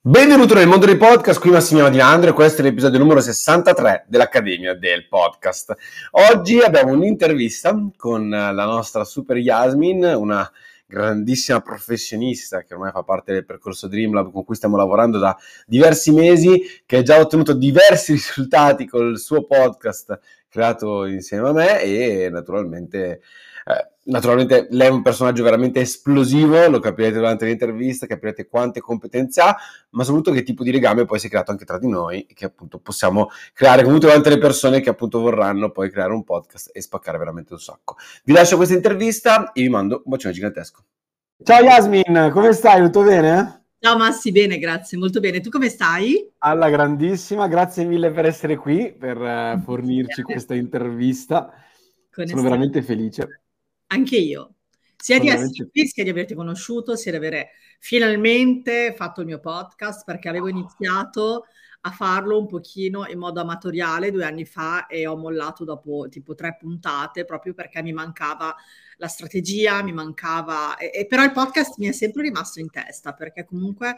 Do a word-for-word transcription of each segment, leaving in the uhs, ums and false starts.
Benvenuto nel mondo dei podcast, qui Massimiliano Di Andro e questo è l'episodio numero sessantatré dell'Accademia del Podcast. Oggi abbiamo un'intervista con la nostra super Yasmin, una grandissima professionista che ormai fa parte del percorso Dreamlab con cui stiamo lavorando da diversi mesi, che ha già ottenuto diversi risultati col suo podcast creato insieme a me e naturalmente... Eh, naturalmente lei è un personaggio veramente esplosivo, lo capirete durante l'intervista, capirete quante competenze ha, ma soprattutto che tipo di legame poi si è creato anche tra di noi, che appunto possiamo creare con tutte quante le persone che appunto vorranno poi creare un podcast e spaccare veramente un sacco. Vi lascio questa intervista e vi mando un bacione gigantesco. Ciao Yasmin, come stai? Tutto bene? Ciao Massi, bene, grazie, molto bene. Tu come stai? Alla grandissima, grazie mille per essere qui, per uh, fornirci questa intervista. Con Sono veramente felice. Anche io, sia di essere qui, sia di averti conosciuto, sia di avere finalmente fatto il mio podcast, perché avevo iniziato a farlo un pochino in modo amatoriale due anni fa e ho mollato dopo tipo tre puntate proprio perché mi mancava la strategia, mi mancava... E, e però il podcast mi è sempre rimasto in testa perché comunque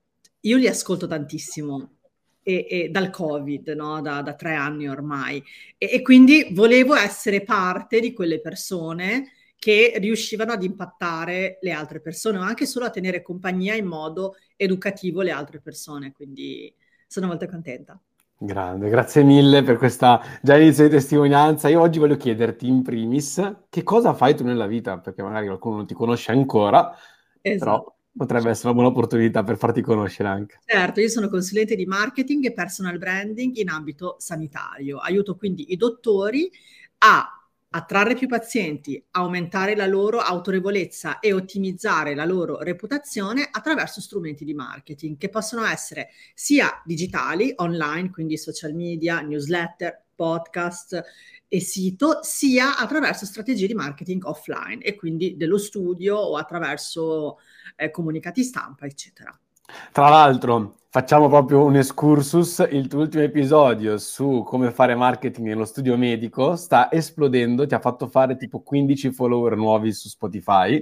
io li ascolto tantissimo. E, e dal Covid, no? da, da tre anni ormai, e, e quindi volevo essere parte di quelle persone che riuscivano ad impattare le altre persone o anche solo a tenere compagnia in modo educativo le altre persone, quindi sono molto contenta. Grande, grazie mille per questa già inizio di testimonianza. Io oggi voglio chiederti in primis che cosa fai tu nella vita, perché magari qualcuno non ti conosce ancora, esatto. Però potrebbe essere una buona opportunità per farti conoscere anche. Certo, io sono consulente di marketing e personal branding in ambito sanitario. Aiuto quindi i dottori a attrarre più pazienti, aumentare la loro autorevolezza e ottimizzare la loro reputazione attraverso strumenti di marketing che possono essere sia digitali, online, quindi social media, newsletter, podcast e sito, sia attraverso strategie di marketing offline e quindi dello studio o attraverso eh, comunicati stampa, eccetera. Tra l'altro, facciamo proprio un excursus, il tuo ultimo episodio su come fare marketing nello studio medico sta esplodendo, ti ha fatto fare tipo quindici follower nuovi su Spotify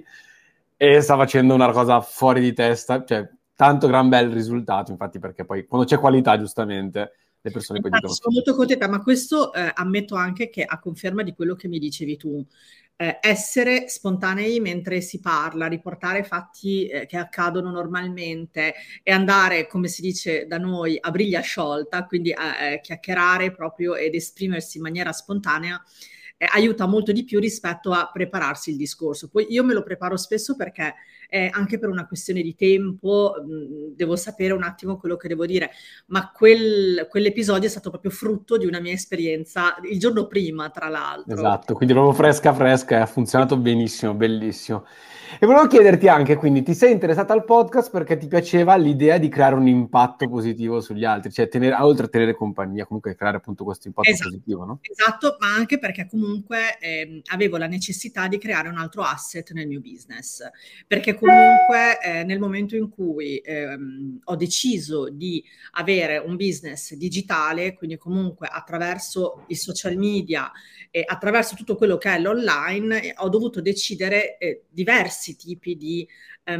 e sta facendo una cosa fuori di testa, cioè tanto gran bel risultato, infatti, perché poi quando c'è qualità, giustamente, le persone poi dicono... Sono molto contenta, ma questo eh, ammetto anche che a conferma di quello che mi dicevi tu. Eh, essere spontanei mentre si parla, riportare fatti eh, che accadono normalmente e andare, come si dice da noi, a briglia sciolta, quindi a eh, chiacchierare proprio ed esprimersi in maniera spontanea, eh, aiuta molto di più rispetto a prepararsi il discorso. Poi io me lo preparo spesso perché eh, anche per una questione di tempo mh, devo sapere un attimo quello che devo dire, ma quel, quell'episodio è stato proprio frutto di una mia esperienza il giorno prima, tra l'altro. Esatto, quindi proprio fresca fresca e ha funzionato benissimo, bellissimo. E volevo chiederti anche, quindi, ti sei interessata al podcast perché ti piaceva l'idea di creare un impatto positivo sugli altri, cioè tenere, oltre a tenere compagnia, comunque creare appunto questo impatto esatto, positivo, no? Esatto, ma anche perché comunque eh, avevo la necessità di creare un altro asset nel mio business, perché comunque eh, nel momento in cui ehm, ho deciso di avere un business digitale, quindi comunque attraverso i social media e attraverso tutto quello che è l'online, eh, ho dovuto decidere eh, diversi tipi di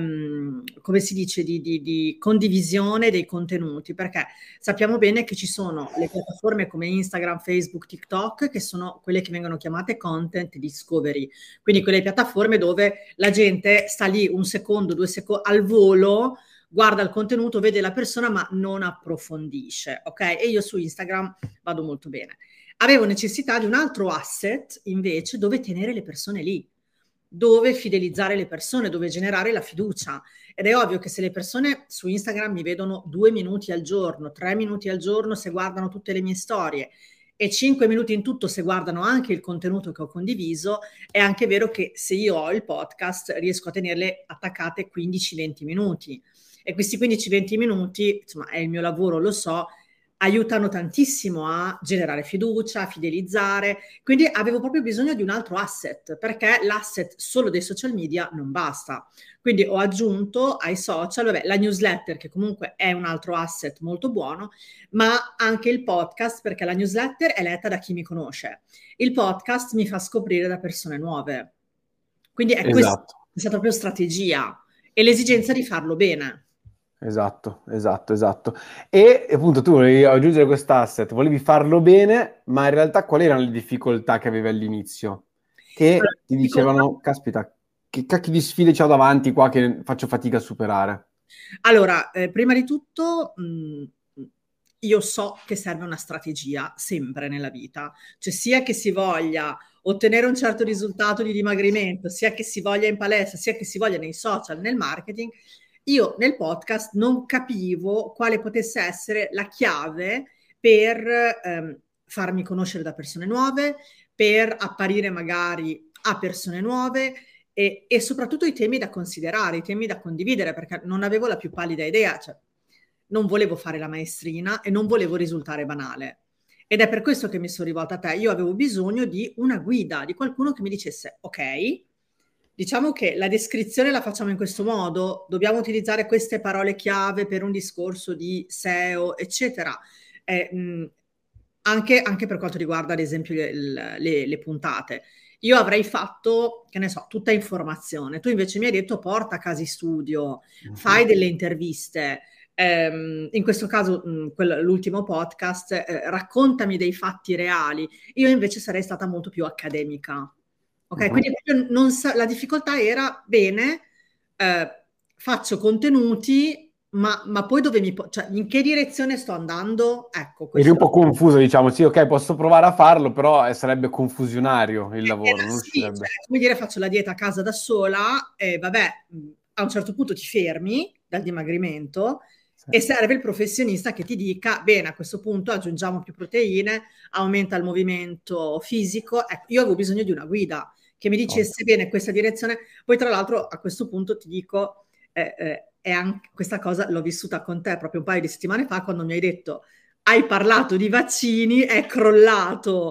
Um, come si dice, di, di, di condivisione dei contenuti, perché sappiamo bene che ci sono le piattaforme come Instagram, Facebook, TikTok, che sono quelle che vengono chiamate content discovery, quindi quelle piattaforme dove la gente sta lì un secondo, due secondi al volo, guarda il contenuto, vede la persona ma non approfondisce, ok? E io su Instagram vado molto bene. Avevo necessità di un altro asset invece dove tenere le persone lì, dove fidelizzare le persone, dove generare la fiducia. Ed è ovvio che se le persone su Instagram mi vedono due minuti al giorno, tre minuti al giorno se guardano tutte le mie storie e cinque minuti in tutto se guardano anche il contenuto che ho condiviso, è anche vero che se io ho il podcast riesco a tenerle attaccate quindici venti minuti. E questi quindici venti minuti, insomma, è il mio lavoro, lo so, aiutano tantissimo a generare fiducia, a fidelizzare, quindi avevo proprio bisogno di un altro asset, perché l'asset solo dei social media non basta. Quindi ho aggiunto ai social, vabbè, la newsletter, che comunque è un altro asset molto buono, ma anche il podcast, perché la newsletter è letta da chi mi conosce. Il podcast mi fa scoprire da persone nuove. Quindi è, esatto. Questa, questa proprio strategia e l'esigenza di farlo bene. Esatto, esatto, esatto. E appunto tu volevi aggiungere quest'asset, volevi farlo bene, ma in realtà quali erano le difficoltà che avevi all'inizio? Allora, Che ti difficoltà. dicevano, caspita, che cacchio di sfide c'ho davanti qua che faccio fatica a superare? Allora, eh, prima di tutto, mh, io so che serve una strategia sempre nella vita, cioè sia che si voglia ottenere un certo risultato di dimagrimento, sia che si voglia in palestra, sia che si voglia nei social, nel marketing, io nel podcast non capivo quale potesse essere la chiave per ehm, farmi conoscere da persone nuove, per apparire magari a persone nuove e, e soprattutto i temi da considerare, i temi da condividere, perché non avevo la più pallida idea, cioè non volevo fare la maestrina e non volevo risultare banale. Ed è per questo che mi sono rivolta a te. Io avevo bisogno di una guida, di qualcuno che mi dicesse, ok, diciamo che la descrizione la facciamo in questo modo, dobbiamo utilizzare queste parole chiave per un discorso di S E O, eccetera. Eh, mh, anche, anche per quanto riguarda, ad esempio, le, le, le puntate. Io avrei fatto, che ne so, tutta informazione. Tu invece mi hai detto porta casi studio, fai Mhm. delle interviste. Ehm, in questo caso, mh, quel- l'ultimo podcast, eh, raccontami dei fatti reali. Io invece sarei stata molto più accademica. Ok, Mhm. quindi proprio non sa- la difficoltà era, bene, eh, faccio contenuti, ma, ma poi dove mi... po- cioè, in che direzione sto andando? Ecco, Eri un questo po' confuso, diciamo, sì, ok, posso provare a farlo, però eh, sarebbe confusionario il lavoro, era non sì, cioè, uscirebbe. come dire, faccio la dieta a casa da sola e vabbè, mh, a un certo punto ti fermi dal dimagrimento Sì. e serve il professionista che ti dica, bene, a questo punto aggiungiamo più proteine, aumenta il movimento fisico. Ecco, io avevo bisogno di una guida che mi dicesse, Ottimo. bene, questa direzione. Poi tra l'altro a questo punto ti dico, eh, eh, è anche, questa cosa l'ho vissuta con te proprio un paio di settimane fa quando mi hai detto, hai parlato di vaccini, è crollato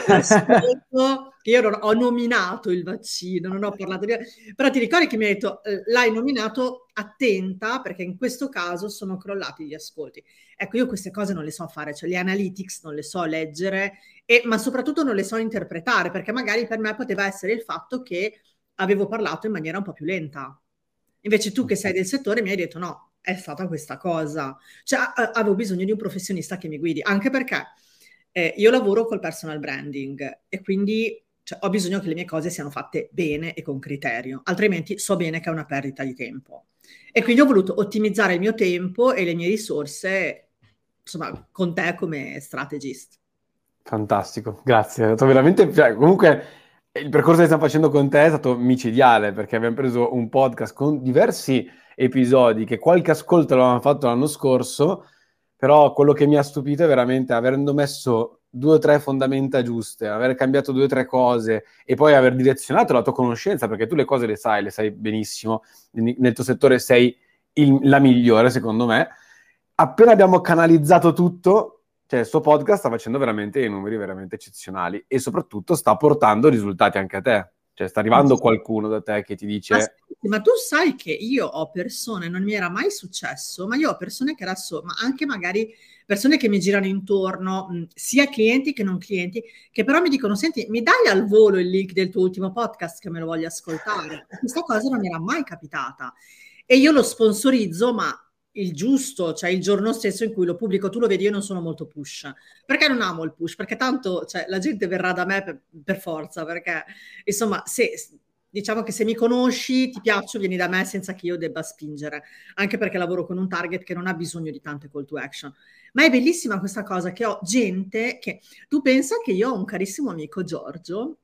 l'ascolto, che io non ho nominato il vaccino, non ho parlato di... Però ti ricordi che mi hai detto, eh, l'hai nominato attenta, perché in questo caso sono crollati gli ascolti. Ecco, io queste cose non le so fare, cioè le analytics non le so leggere, e, ma soprattutto non le so interpretare, perché magari per me poteva essere il fatto che avevo parlato in maniera un po' più lenta. Invece tu che sei del settore mi hai detto no, è stata questa cosa. Cioè, a- avevo bisogno di un professionista che mi guidi, anche perché eh, io lavoro col personal branding e quindi cioè, ho bisogno che le mie cose siano fatte bene e con criterio, altrimenti so bene che è una perdita di tempo. E quindi ho voluto ottimizzare il mio tempo e le mie risorse, insomma, con te come strategist. Fantastico, grazie. È stato veramente, cioè, comunque il percorso che stiamo facendo con te è stato micidiale perché abbiamo preso un podcast con diversi episodi che qualche ascolto l'avevamo fatto l'anno scorso, però quello che mi ha stupito è veramente avendo messo due o tre fondamenta giuste, aver cambiato due o tre cose e poi aver direzionato la tua conoscenza, perché tu le cose le sai, le sai benissimo, nel tuo settore sei il- la migliore secondo me. Appena abbiamo canalizzato tutto, cioè il suo podcast sta facendo veramente dei numeri veramente eccezionali e soprattutto sta portando risultati anche a te. Cioè sta arrivando qualcuno da te che ti Ma, dice senti, ma tu sai che io ho persone, non mi era mai successo, ma io ho persone che adesso, ma anche magari persone che mi girano intorno, mh, sia clienti che non clienti, che però mi dicono, senti, mi dai al volo il link del tuo ultimo podcast che me lo voglio ascoltare? E questa cosa non mi era mai capitata. E io lo sponsorizzo, ma il giusto, cioè il giorno stesso in cui lo pubblico, tu lo vedi, io non sono molto push. Perché non amo il push? Perché tanto, cioè, la gente verrà da me per, per forza, perché insomma, se diciamo che se mi conosci, ti piaccio, vieni da me senza che io debba spingere, anche perché lavoro con un target che non ha bisogno di tante call to action. Ma è bellissima questa cosa che ho gente che... Tu pensa che io ho un carissimo amico Giorgio,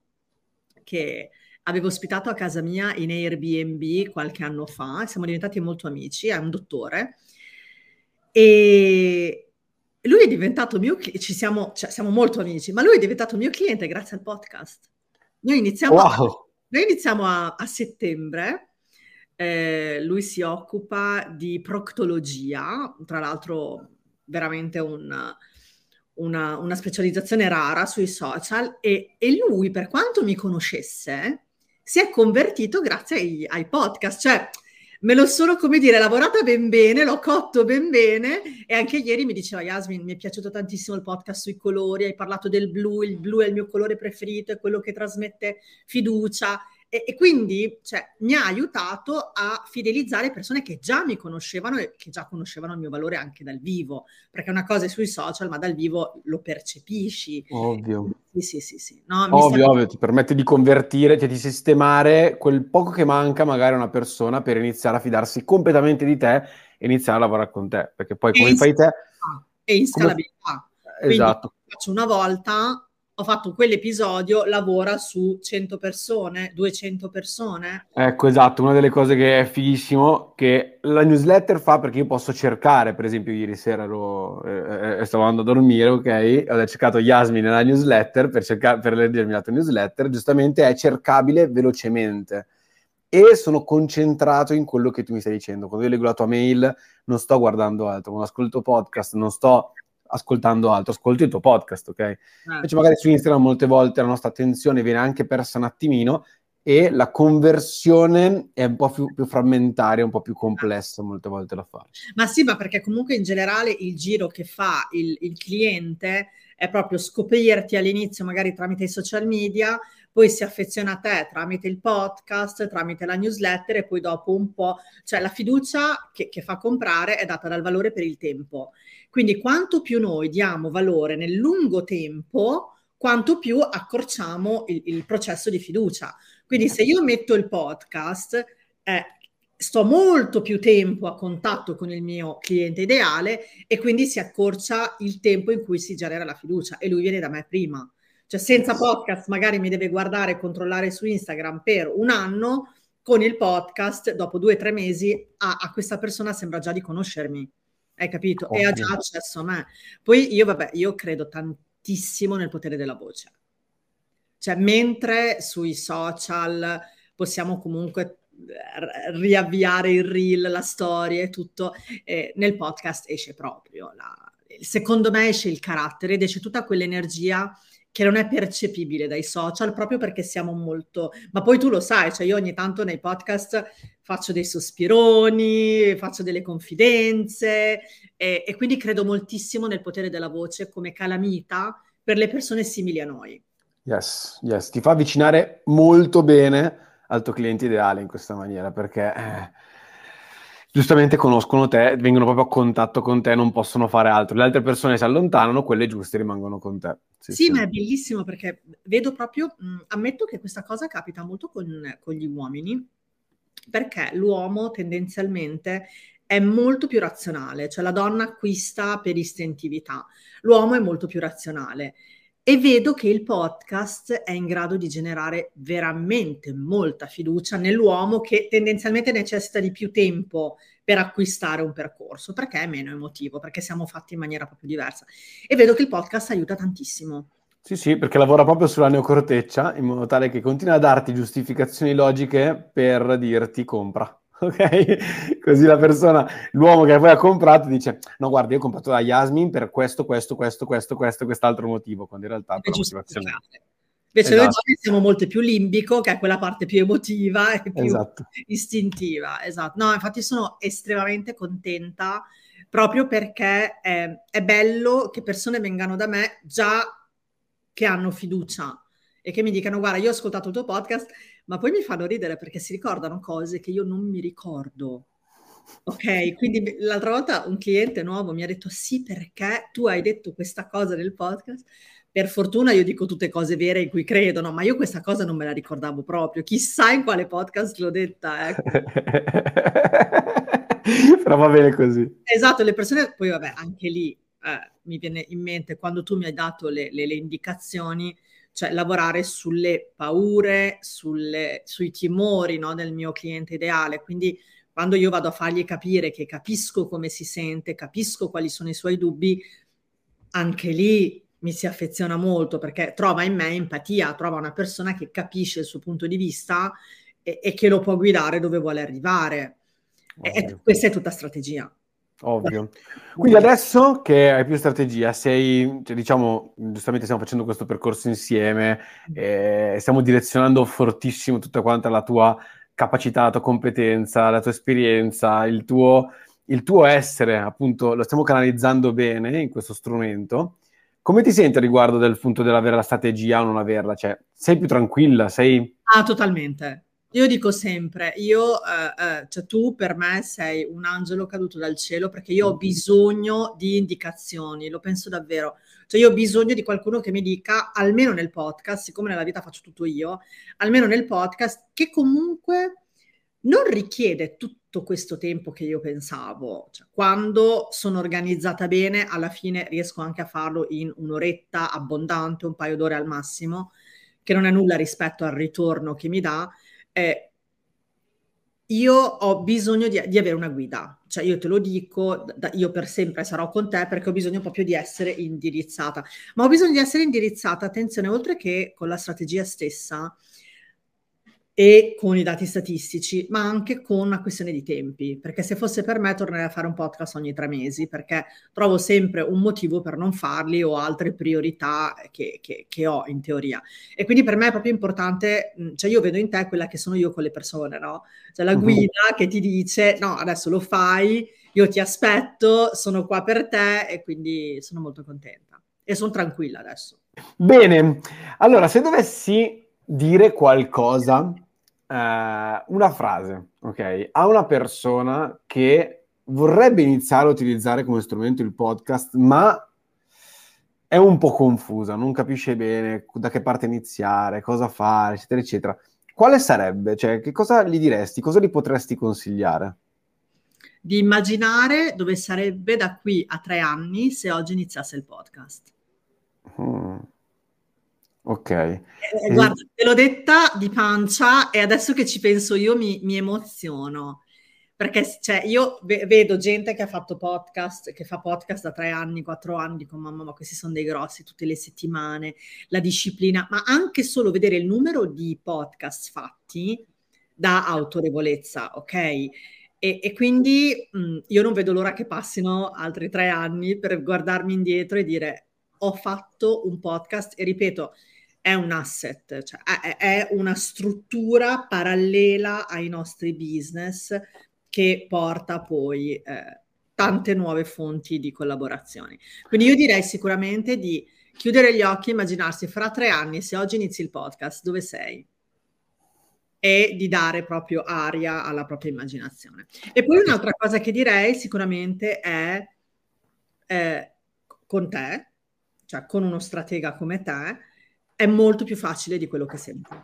che avevo ospitato a casa mia in Airbnb qualche anno fa, siamo diventati molto amici, è un dottore, e lui è diventato mio cliente, ci siamo, cioè, siamo molto amici, ma lui è diventato mio cliente grazie al podcast. Noi iniziamo, wow, noi iniziamo a, a settembre, eh, lui si occupa di proctologia, tra l'altro veramente un- una, una specializzazione rara sui social, e, e lui, per quanto mi conoscesse, si è convertito grazie ai, ai podcast, cioè me lo sono, come dire, lavorata ben bene, l'ho cotto ben bene, e anche ieri mi diceva Yasmin, mi è piaciuto tantissimo il podcast sui colori, hai parlato del blu, il blu è il mio colore preferito, è quello che trasmette fiducia. E, e quindi cioè, mi ha aiutato a fidelizzare persone che già mi conoscevano e che già conoscevano il mio valore anche dal vivo, perché una cosa è sui social, ma dal vivo lo percepisci. Ovvio. Sì, sì, sì, sì. No, mi sta... Ovvio, ovvio, ti permette di convertire, cioè di sistemare quel poco che manca magari a una persona per iniziare a fidarsi completamente di te e iniziare a lavorare con te, perché poi E come in fai te... scalabilità. E in Come... scalabilità. Quindi Esatto. faccio una volta, ho fatto quell'episodio, lavora su cento persone, duecento persone. Ecco, esatto, una delle cose che è fighissimo, che la newsletter fa, perché io posso cercare, per esempio ieri sera ero, eh, eh, stavo andando a dormire, ok? Ho cercato Yasmin nella newsletter per, cercare, per leggermi la tua newsletter, giustamente è cercabile velocemente e sono concentrato in quello che tu mi stai dicendo. Quando io leggo la tua mail non sto guardando altro, quando ascolto podcast non sto ascoltando altro, ascolto il tuo podcast, ok? Eh. Invece magari su Instagram molte volte la nostra attenzione viene anche persa un attimino e la conversione è un po' più, più frammentaria, un po' più complessa molte volte da fare. Ma sì, ma perché comunque in generale il giro che fa il, il cliente è proprio scoprirti all'inizio magari tramite i social media, poi si affeziona a te tramite il podcast, tramite la newsletter e poi dopo un po', cioè la fiducia che, che fa comprare è data dal valore per il tempo. Quindi quanto più noi diamo valore nel lungo tempo, quanto più accorciamo il, il processo di fiducia. Quindi se io metto il podcast, eh, sto molto più tempo a contatto con il mio cliente ideale e quindi si accorcia il tempo in cui si genera la fiducia e lui viene da me prima. Cioè senza podcast magari mi deve guardare e controllare su Instagram per un anno, con il podcast dopo due o tre mesi a, a questa persona sembra già di conoscermi, hai capito? E ha già accesso a me. Poi io, vabbè, io credo tantissimo nel potere della voce. Cioè, mentre sui social possiamo comunque riavviare il reel, la storia e tutto, eh, nel podcast esce proprio, la, secondo me esce il carattere ed esce tutta quell'energia che non è percepibile dai social proprio perché siamo molto... Ma poi tu lo sai, cioè io ogni tanto nei podcast faccio dei sospironi, faccio delle confidenze e, e quindi credo moltissimo nel potere della voce come calamita per le persone simili a noi. Yes, yes, ti fa avvicinare molto bene al tuo cliente ideale in questa maniera, perché eh, giustamente conoscono te, vengono proprio a contatto con te, non possono fare altro. Le altre persone si allontanano, quelle giuste rimangono con te. Sì, Sì, sì. ma è bellissimo perché vedo proprio, mh, ammetto che questa cosa capita molto con, con gli uomini, perché l'uomo tendenzialmente è molto più razionale, cioè la donna acquista per istintività, l'uomo è molto più razionale. E vedo che il podcast è in grado di generare veramente molta fiducia nell'uomo che tendenzialmente necessita di più tempo per acquistare un percorso, perché è meno emotivo, perché siamo fatti in maniera proprio diversa. E vedo che il podcast aiuta tantissimo. Sì, sì, perché lavora proprio sulla neocorteccia in modo tale che continua a darti giustificazioni logiche per dirti compra. Ok? Così la persona, l'uomo che poi ha comprato dice: no, guarda, io ho comprato da Yasmin per questo, questo, questo, questo, questo, quest'altro motivo, quando in realtà per la motivazione. Invece Esatto. noi donne siamo molto più limbico, che è quella parte più emotiva e più Esatto. istintiva. Esatto. No, infatti sono estremamente contenta proprio perché è, è bello che persone vengano da me già che hanno fiducia e che mi dicano: guarda, io ho ascoltato il tuo podcast, ma poi mi fanno ridere perché si ricordano cose che io non mi ricordo. Ok, quindi l'altra volta un cliente nuovo mi ha detto: sì, perché tu hai detto questa cosa nel podcast. Per fortuna io dico tutte cose vere in cui credono, ma io questa cosa non me la ricordavo proprio. Chissà in quale podcast l'ho detta, ecco. Però va bene così. Esatto, le persone, poi vabbè, anche lì eh, mi viene in mente quando tu mi hai dato le, le, le indicazioni, cioè lavorare sulle paure, sulle, sui timori, no, del mio cliente ideale. Quindi quando io vado a fargli capire che capisco come si sente, capisco quali sono i suoi dubbi, anche lì mi si affeziona molto perché trova in me empatia, trova una persona che capisce il suo punto di vista e, e che lo può guidare dove vuole arrivare. E, e questa è tutta strategia. Ovvio. Quindi adesso che hai più strategia, sei, cioè, diciamo, giustamente stiamo facendo questo percorso insieme, eh, stiamo direzionando fortissimo tutta quanta la tua capacità, la tua competenza, la tua esperienza, il tuo, il tuo essere, appunto, lo stiamo canalizzando bene in questo strumento. come ti senti a riguardo del punto dell'avere la strategia o non averla? Cioè, sei più tranquilla? Sei... Ah, totalmente. Io dico sempre, io, eh, eh, cioè tu per me sei un angelo caduto dal cielo perché io ho bisogno di indicazioni, lo penso davvero. Cioè io ho bisogno di qualcuno che mi dica, almeno nel podcast, siccome nella vita faccio tutto io, almeno nel podcast, che comunque non richiede tutto questo tempo che io pensavo. Cioè, quando sono organizzata bene, alla fine riesco anche a farlo in un'oretta abbondante, un paio d'ore al massimo, che non è nulla rispetto al ritorno che mi dà. Eh, io ho bisogno di, di avere una guida, cioè io te lo dico, da, io per sempre sarò con te perché ho bisogno proprio di essere indirizzata, ma ho bisogno di essere indirizzata, attenzione, oltre che con la strategia stessa e con i dati statistici, ma anche con una questione di tempi, perché se fosse per me tornerei a fare un podcast ogni tre mesi, perché trovo sempre un motivo per non farli o altre priorità che, che, che ho in teoria. E quindi per me è proprio importante, cioè io vedo in te quella che sono io con le persone, no? Cioè la guida che ti dice, no, adesso lo fai, io ti aspetto, sono qua per te e quindi sono molto contenta. E sono tranquilla adesso. Bene, allora se dovessi dire qualcosa, eh, una frase, ok, a una persona che vorrebbe iniziare a utilizzare come strumento il podcast, ma è un po' confusa, non capisce bene da che parte iniziare, cosa fare, eccetera, eccetera. Quale sarebbe? Cioè, che cosa gli diresti? Cosa gli potresti consigliare? Di immaginare dove sarebbe da qui a tre anni se oggi iniziasse il podcast. Hmm. Ok. Eh, E- guarda, te l'ho detta di pancia e adesso che ci penso io mi, mi emoziono. Perché cioè, io ve- vedo gente che ha fatto podcast, che fa podcast da tre anni, quattro anni, dico mamma, ma questi sono dei grossi tutte le settimane, la disciplina, ma anche solo vedere il numero di podcast fatti dà autorevolezza, ok? E, e quindi mh, io non vedo l'ora che passino altri tre anni per guardarmi indietro e dire ho fatto un podcast e ripeto, è un asset, cioè è, è una struttura parallela ai nostri business che porta poi eh, tante nuove fonti di collaborazioni. Quindi io direi sicuramente di chiudere gli occhi e immaginarsi fra tre anni, se oggi inizi il podcast, dove sei? E di dare proprio aria alla propria immaginazione. E poi un'altra cosa che direi sicuramente è eh, con te, cioè con uno stratega come te, è molto più facile di quello che sembra.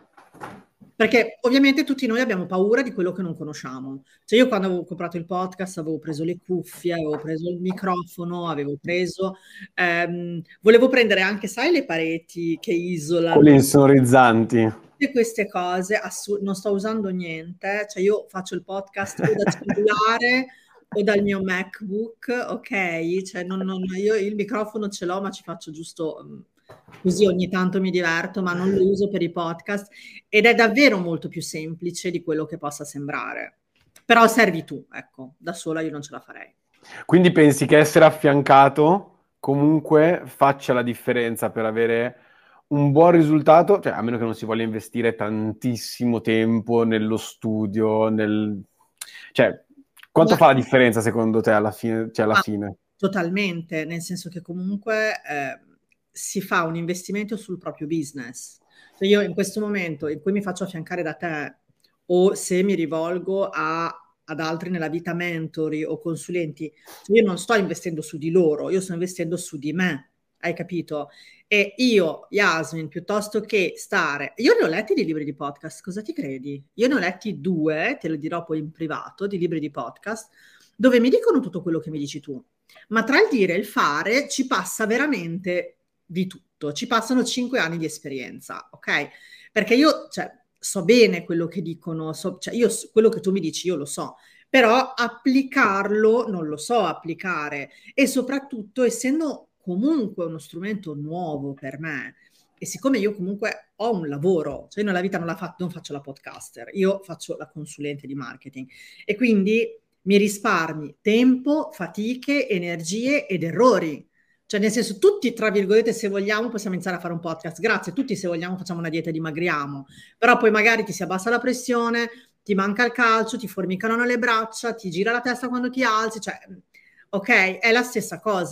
Perché ovviamente tutti noi abbiamo paura di quello che non conosciamo. Cioè io quando avevo comprato il podcast avevo preso le cuffie, avevo preso il microfono, avevo preso... Ehm, volevo prendere anche, sai, le pareti che Quelli isolano insonorizzanti. tutte queste cose, assu- non sto usando niente, cioè io faccio il podcast o da cellulare o dal mio MacBook, ok? Cioè non, non- io il microfono ce l'ho, ma ci faccio giusto mm, così ogni tanto mi diverto, ma non lo uso per i podcast ed è davvero molto più semplice di quello che possa sembrare. Però servi tu, ecco, da sola io non ce la farei. Quindi pensi che essere affiancato comunque faccia la differenza per avere un buon risultato? Cioè, a meno che non si voglia investire tantissimo tempo nello studio, nel... Cioè, quanto fa la Guarda, differenza secondo te alla fine? Cioè, alla ma fine? totalmente, nel senso che comunque eh, si fa un investimento sul proprio business. Cioè io in questo momento in cui mi faccio affiancare da te o se mi rivolgo a, ad altri nella vita, mentori o consulenti, cioè io non sto investendo su di loro, io sto investendo su di me, hai capito? E io, Yasmin, piuttosto che stare... Io ne ho letti di libri di podcast, cosa ti credi? Io ne ho letti due, te lo dirò poi in privato, di libri di podcast, dove mi dicono tutto quello che mi dici tu. Ma tra il dire e il fare ci passa veramente di tutto. Ci passano cinque anni di esperienza, ok? Perché io, cioè, so bene quello che dicono, so, cioè io, quello che tu mi dici io lo so, però applicarlo non lo so applicare e soprattutto essendo comunque uno strumento nuovo per me e siccome io comunque ho un lavoro, cioè io nella vita non, la fa, non faccio la podcaster, io faccio la consulente di marketing e quindi mi risparmi tempo, fatiche, energie ed errori. Cioè, nel senso, tutti, tra virgolette, se vogliamo, possiamo iniziare a fare un podcast. Grazie, tutti, se vogliamo, facciamo una dieta e dimagriamo. Però poi magari ti si abbassa la pressione, ti manca il calcio, ti formicano le braccia, ti gira la testa quando ti alzi. Cioè, ok, è la stessa cosa.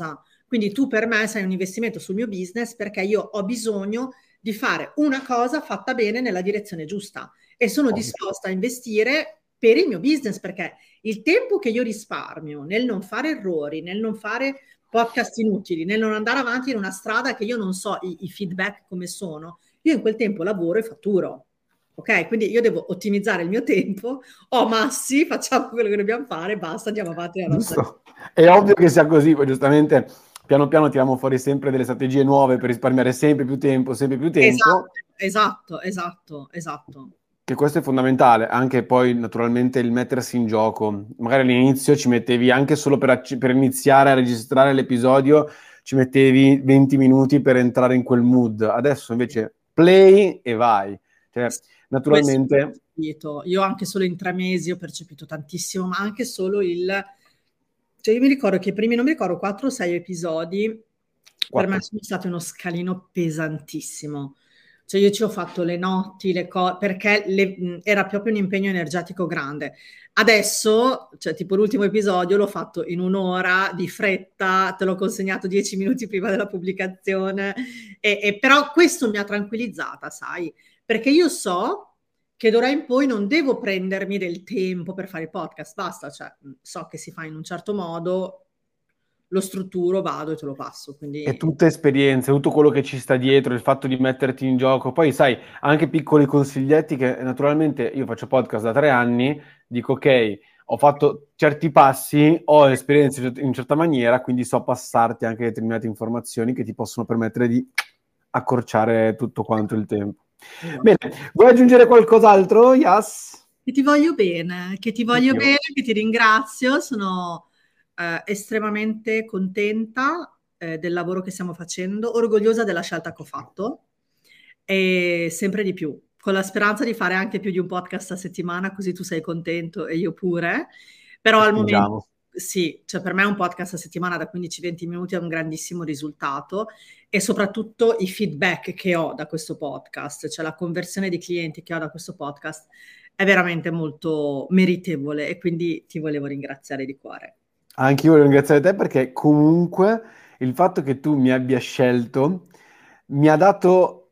Quindi tu per me sei un investimento sul mio business perché io ho bisogno di fare una cosa fatta bene nella direzione giusta e sono Ovvio. disposta a investire per il mio business perché il tempo che io risparmio nel non fare errori, nel non fare podcast inutili, nel non andare avanti in una strada che io non so i, i feedback come sono, io in quel tempo lavoro e fatturo. Ok, quindi io devo ottimizzare il mio tempo. Oh, Massi, facciamo quello che dobbiamo fare, basta, andiamo avanti nella nostra vita. Giusto. È ovvio che sia così, poi giustamente piano piano tiriamo fuori sempre delle strategie nuove per risparmiare sempre più tempo, sempre più tempo. Esatto, esatto, esatto, esatto. Che questo è fondamentale, anche poi naturalmente il mettersi in gioco. Magari all'inizio ci mettevi anche solo per, acc- per iniziare a registrare l'episodio, ci mettevi venti minuti per entrare in quel mood. Adesso invece play e vai. Cioè, Questo ho naturalmente... percepito. Io anche solo in tre mesi ho percepito tantissimo, ma anche solo il... Cioè io mi ricordo che i primi, non mi ricordo, quattro o sei episodi, per me Quattro. sono stati uno scalino pesantissimo. Cioè io ci ho fatto le notti, le cose, perché le- mh, era proprio un impegno energetico grande. Adesso, cioè tipo l'ultimo episodio l'ho fatto in un'ora di fretta, te l'ho consegnato dieci minuti prima della pubblicazione, e, e però questo mi ha tranquillizzata, sai? Perché io so che d'ora in poi non devo prendermi del tempo per fare i podcast, basta, cioè so che si fa in un certo modo, lo strutturo, vado e te lo passo, È quindi tutta esperienza, tutto quello che ci sta dietro, il fatto di metterti in gioco. Poi, sai, anche piccoli consiglietti che naturalmente io faccio podcast da tre anni, dico ok, ho fatto certi passi, ho esperienze in in certa maniera, quindi so passarti anche determinate informazioni che ti possono permettere di accorciare tutto quanto il tempo. Bene, vuoi aggiungere qualcos'altro, Yas? che ti voglio bene, che ti voglio Anch'io. bene, che ti ringrazio, sono eh, estremamente contenta eh, del lavoro che stiamo facendo, orgogliosa della scelta che ho fatto e sempre di più, con la speranza di fare anche più di un podcast a settimana, così tu sei contento e io pure, però Ci al momento spingiamo. sì, cioè per me un podcast a settimana da quindici venti minuti è un grandissimo risultato e soprattutto i feedback che ho da questo podcast, cioè la conversione di clienti che ho da questo podcast è veramente molto meritevole e quindi ti volevo ringraziare di cuore. Anche io voglio ringraziare te perché comunque il fatto che tu mi abbia scelto mi ha dato,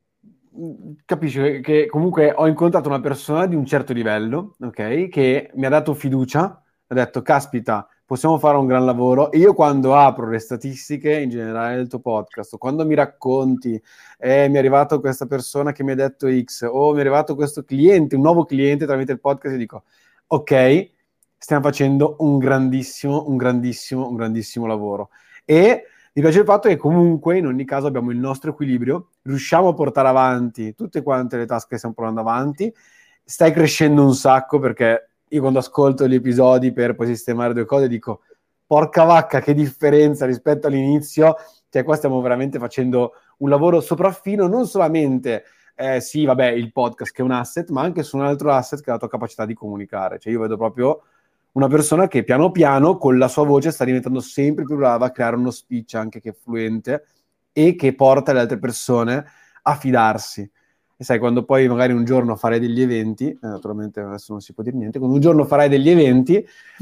capisci, che che comunque ho incontrato una persona di un certo livello, ok? Che mi ha dato fiducia, ha detto, caspita, possiamo fare un gran lavoro. E io quando apro le statistiche in generale del tuo podcast, o quando mi racconti, eh, mi è arrivato questa persona che mi ha detto X, o mi è arrivato questo cliente, un nuovo cliente tramite il podcast, e dico, ok, stiamo facendo un grandissimo, un grandissimo, un grandissimo lavoro. E mi piace il fatto che comunque in ogni caso abbiamo il nostro equilibrio, riusciamo a portare avanti tutte quante le task che stiamo portando avanti, stai crescendo un sacco perché io quando ascolto gli episodi per poi sistemare due cose dico porca vacca che differenza rispetto all'inizio, cioè qua stiamo veramente facendo un lavoro sopraffino non solamente eh, sì vabbè il podcast che è un asset ma anche su un altro asset che è la tua capacità di comunicare, cioè io vedo proprio una persona che piano piano con la sua voce sta diventando sempre più brava a creare uno speech anche che è fluente e che porta le altre persone a fidarsi. E sai, quando poi magari un giorno farai degli eventi, eh, naturalmente adesso non si può dire niente, quando un giorno farai degli eventi,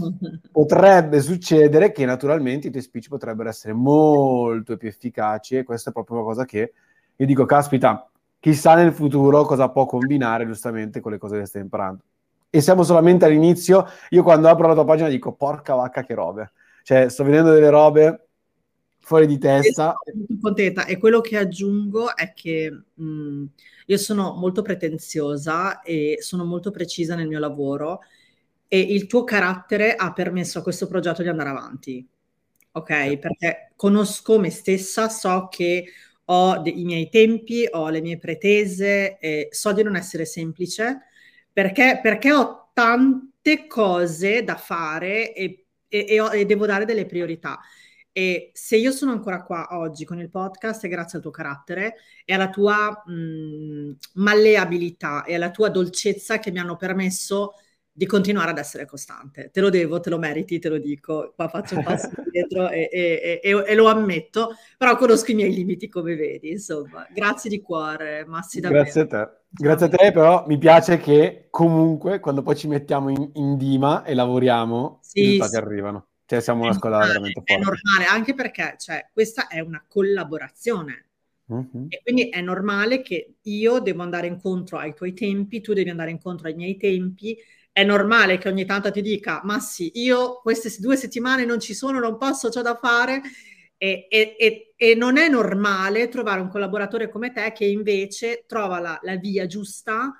potrebbe succedere che naturalmente i tuoi speech potrebbero essere molto più efficaci e questa è proprio una cosa che io dico, caspita, chissà nel futuro cosa può combinare giustamente con le cose che stai imparando. E siamo solamente all'inizio. Io quando apro la tua pagina dico porca vacca che robe, cioè sto vedendo delle robe fuori di testa. Sono molto contenta e quello che aggiungo è che mh, io sono molto pretenziosa e sono molto precisa nel mio lavoro e il tuo carattere ha permesso a questo progetto di andare avanti, ok? Perché conosco me stessa, so che ho de- i miei tempi, ho le mie pretese e so di non essere semplice perché, perché ho tante cose da fare e, e- e ho- e devo dare delle priorità. E se io sono ancora qua oggi con il podcast è grazie al tuo carattere e alla tua mh, malleabilità e alla tua dolcezza che mi hanno permesso di continuare ad essere costante. Te lo devo, te lo meriti, te lo dico. Qua faccio un passo indietro e, e- e- e lo ammetto, però conosco i miei limiti come vedi, insomma. Grazie di cuore, Massi, davvero. Grazie a te. Grazie a Davvero. te, però mi piace che comunque quando poi ci mettiamo in, in dima e lavoriamo, i Sì, risultati sì. arrivano. Cioè siamo una squadra normale, veramente è forte. normale, anche perché cioè, questa è una collaborazione. Mm-hmm. E quindi è normale che io devo andare incontro ai tuoi tempi, tu devi andare incontro ai miei tempi. È normale che ogni tanto ti dica, ma sì, io queste due settimane non ci sono, non posso, c'ho da fare. E, e, e, e non è normale trovare un collaboratore come te che invece trova la, la via giusta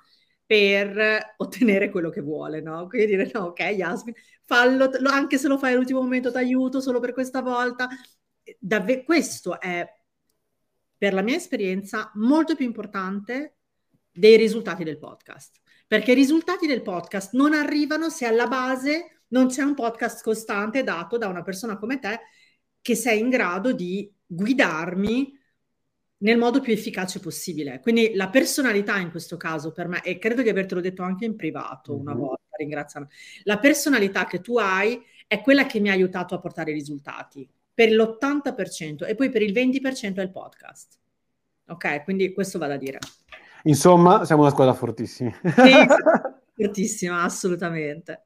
per ottenere quello che vuole, no? Quindi dire, no, ok, Yasmin, fallo, anche se lo fai all'ultimo momento, ti aiuto solo per questa volta. Davvero, questo è, per la mia esperienza, molto più importante dei risultati del podcast. Perché i risultati del podcast non arrivano se alla base non c'è un podcast costante dato da una persona come te che sei in grado di guidarmi nel modo più efficace possibile. Quindi la personalità in questo caso per me, e credo di avertelo detto anche in privato una Mm-hmm. volta, ringraziando, la personalità che tu hai è quella che mi ha aiutato a portare i risultati per l'ottanta per cento e poi per il venti per cento è il podcast. Ok, quindi questo va da dire. Insomma, siamo una squadra fortissima. Sì, fortissima, assolutamente.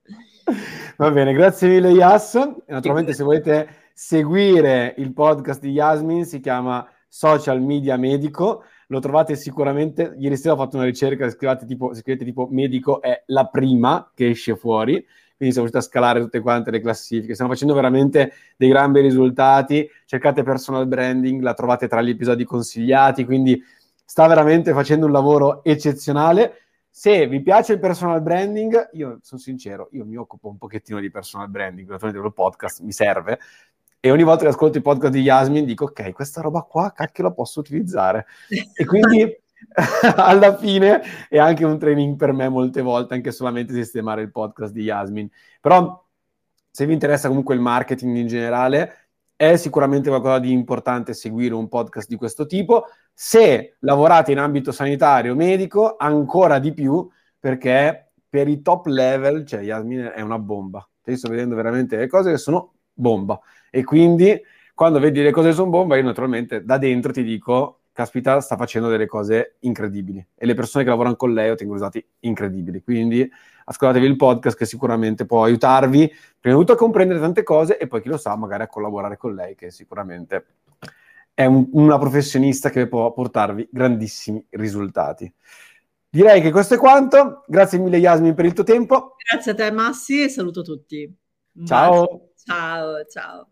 Va bene, grazie mille Yas. E naturalmente se volete seguire il podcast di Yasmin si chiama Social Media Medico, lo trovate sicuramente. Ieri sera ho fatto una ricerca, scrivete tipo, scrivete tipo medico è la prima che esce fuori, quindi siamo riusciti a scalare tutte quante le classifiche, stiamo facendo veramente dei gran bei risultati. Cercate personal branding, la trovate tra gli episodi consigliati, quindi sta veramente facendo un lavoro eccezionale. Se vi piace il personal branding, io sono sincero, io mi occupo un pochettino di personal branding, naturalmente il podcast mi serve, e ogni volta che ascolto i podcast di Yasmin dico, ok, questa roba qua, cacchio, la posso utilizzare. E quindi alla fine è anche un training per me molte volte, anche solamente sistemare il podcast di Yasmin. Però se vi interessa comunque il marketing in generale, è sicuramente qualcosa di importante seguire un podcast di questo tipo. Se lavorate in ambito sanitario medico, ancora di più, perché per i top level, cioè Yasmin è una bomba. Io sto vedendo veramente le cose che sono bomba. E quindi quando vedi le cose che sono bomba, io naturalmente da dentro ti dico, caspita, sta facendo delle cose incredibili. E le persone che lavorano con lei ho tengo risultati incredibili. Quindi ascoltatevi il podcast che sicuramente può aiutarvi, prima di tutto a comprendere tante cose e poi chi lo sa magari a collaborare con lei, che sicuramente è un, una professionista che può portarvi grandissimi risultati. Direi che questo è quanto. Grazie mille Yasmin per il tuo tempo. Grazie a te Massi e saluto tutti. Un Ciao. bacio. Ciao, ciao.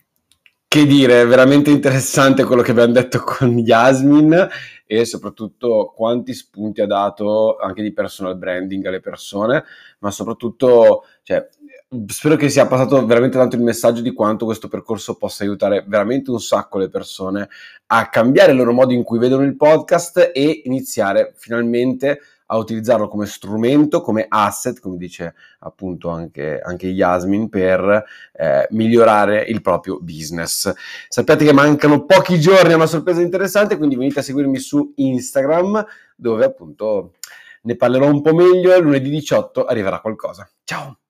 Che dire, è veramente interessante quello che abbiamo detto con Yasmin e soprattutto quanti spunti ha dato anche di personal branding alle persone, ma soprattutto, cioè, spero che sia passato veramente tanto il messaggio di quanto questo percorso possa aiutare veramente un sacco le persone a cambiare il loro modo in cui vedono il podcast e iniziare finalmente a utilizzarlo come strumento, come asset, come dice appunto anche, anche Yasmin, per eh, migliorare il proprio business. Sappiate che mancano pochi giorni a una sorpresa interessante, quindi venite a seguirmi su Instagram, dove appunto ne parlerò un po' meglio. Lunedì diciotto arriverà qualcosa. Ciao!